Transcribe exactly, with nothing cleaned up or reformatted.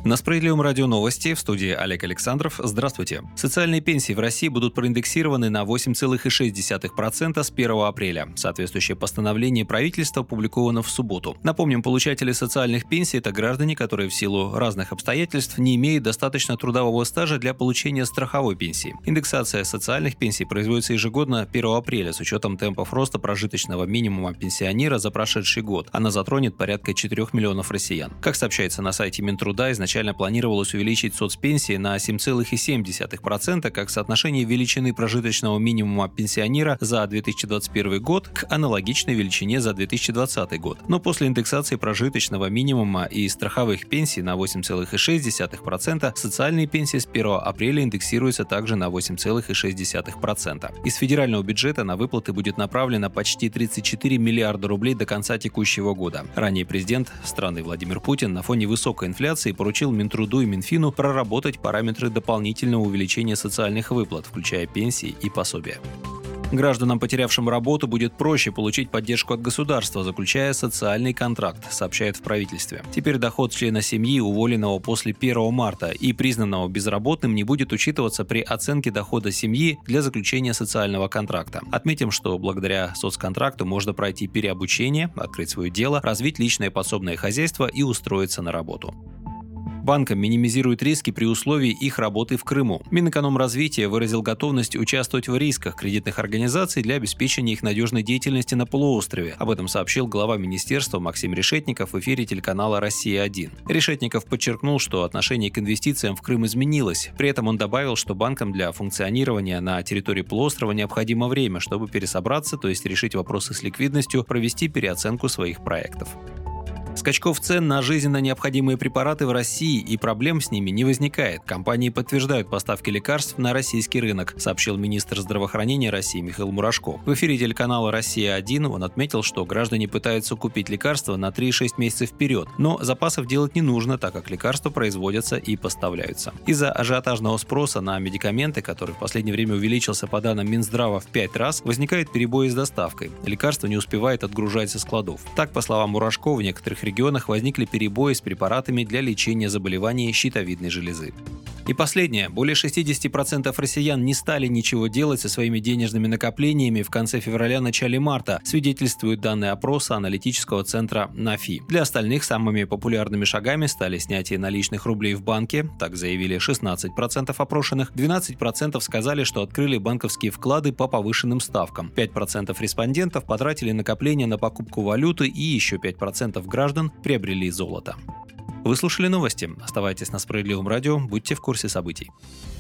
На Справедливом радио новости, в студии Олег Александров. Здравствуйте. Социальные пенсии в России будут проиндексированы на восемь целых шесть десятых процента с первого апреля. Соответствующее постановление правительства опубликовано в субботу. Напомним, получатели социальных пенсий – это граждане, которые в силу разных обстоятельств не имеют достаточно трудового стажа для получения страховой пенсии. Индексация социальных пенсий производится ежегодно первого апреля с учетом темпов роста прожиточного минимума пенсионера за прошедший год. Она затронет порядка четырёх миллионов россиян. Как сообщается на сайте Минтруда, изначально Изначально планировалось увеличить соцпенсии на семь целых семь десятых процента как соотношение величины прожиточного минимума пенсионера за две тысячи двадцать первый год к аналогичной величине за две тысячи двадцатый год. Но после индексации прожиточного минимума и страховых пенсий на восемь целых шесть десятых процента социальные пенсии с первого апреля индексируются также на восемь целых шесть десятых процента. Из федерального бюджета на выплаты будет направлено почти тридцать четыре миллиарда рублей до конца текущего года. Ранее президент страны Владимир Путин на фоне высокой инфляции поручил Минтруду и Минфину проработать параметры дополнительного увеличения социальных выплат, включая пенсии и пособия. Гражданам, потерявшим работу, будет проще получить поддержку от государства, заключая социальный контракт, сообщает в правительстве. Теперь доход члена семьи, уволенного после первого марта и признанного безработным, не будет учитываться при оценке дохода семьи для заключения социального контракта. Отметим, что благодаря соцконтракту можно пройти переобучение, открыть свое дело, развить личное подсобное хозяйство и устроиться на работу. Банкам минимизируют риски при условии их работы в Крыму. Минэкономразвития выразил готовность участвовать в рисках кредитных организаций для обеспечения их надежной деятельности на полуострове. Об этом сообщил глава министерства Максим Решетников в эфире телеканала «Россия один». Решетников подчеркнул, что отношение к инвестициям в Крым изменилось. При этом он добавил, что банкам для функционирования на территории полуострова необходимо время, чтобы пересобраться, то есть решить вопросы с ликвидностью, провести переоценку своих проектов. Скачков цен на жизненно необходимые препараты в России и проблем с ними не возникает. Компании подтверждают поставки лекарств на российский рынок, сообщил министр здравоохранения России Михаил Мурашко. В эфире телеканала «Россия один» он отметил, что граждане пытаются купить лекарства на три-шесть месяцев вперед, но запасов делать не нужно, так как лекарства производятся и поставляются. Из-за ажиотажного спроса на медикаменты, который в последнее время увеличился по данным Минздрава в пять раз, возникают перебои с доставкой. Лекарства не успевают отгружать со складов. Так, по словам Мурашко, в некоторых регионах возникли перебои с препаратами для лечения заболеваний щитовидной железы. И последнее. Более шестьдесят процентов россиян не стали ничего делать со своими денежными накоплениями в конце февраля-начале марта, свидетельствуют данные опроса аналитического центра НАФИ. Для остальных самыми популярными шагами стали снятие наличных рублей в банке, так заявили шестнадцать процентов опрошенных, двенадцать процентов сказали, что открыли банковские вклады по повышенным ставкам, пять процентов респондентов потратили накопления на покупку валюты и еще пять процентов граждан приобрели золото. Вы слушали новости. Оставайтесь на Справедливом радио, будьте в курсе событий.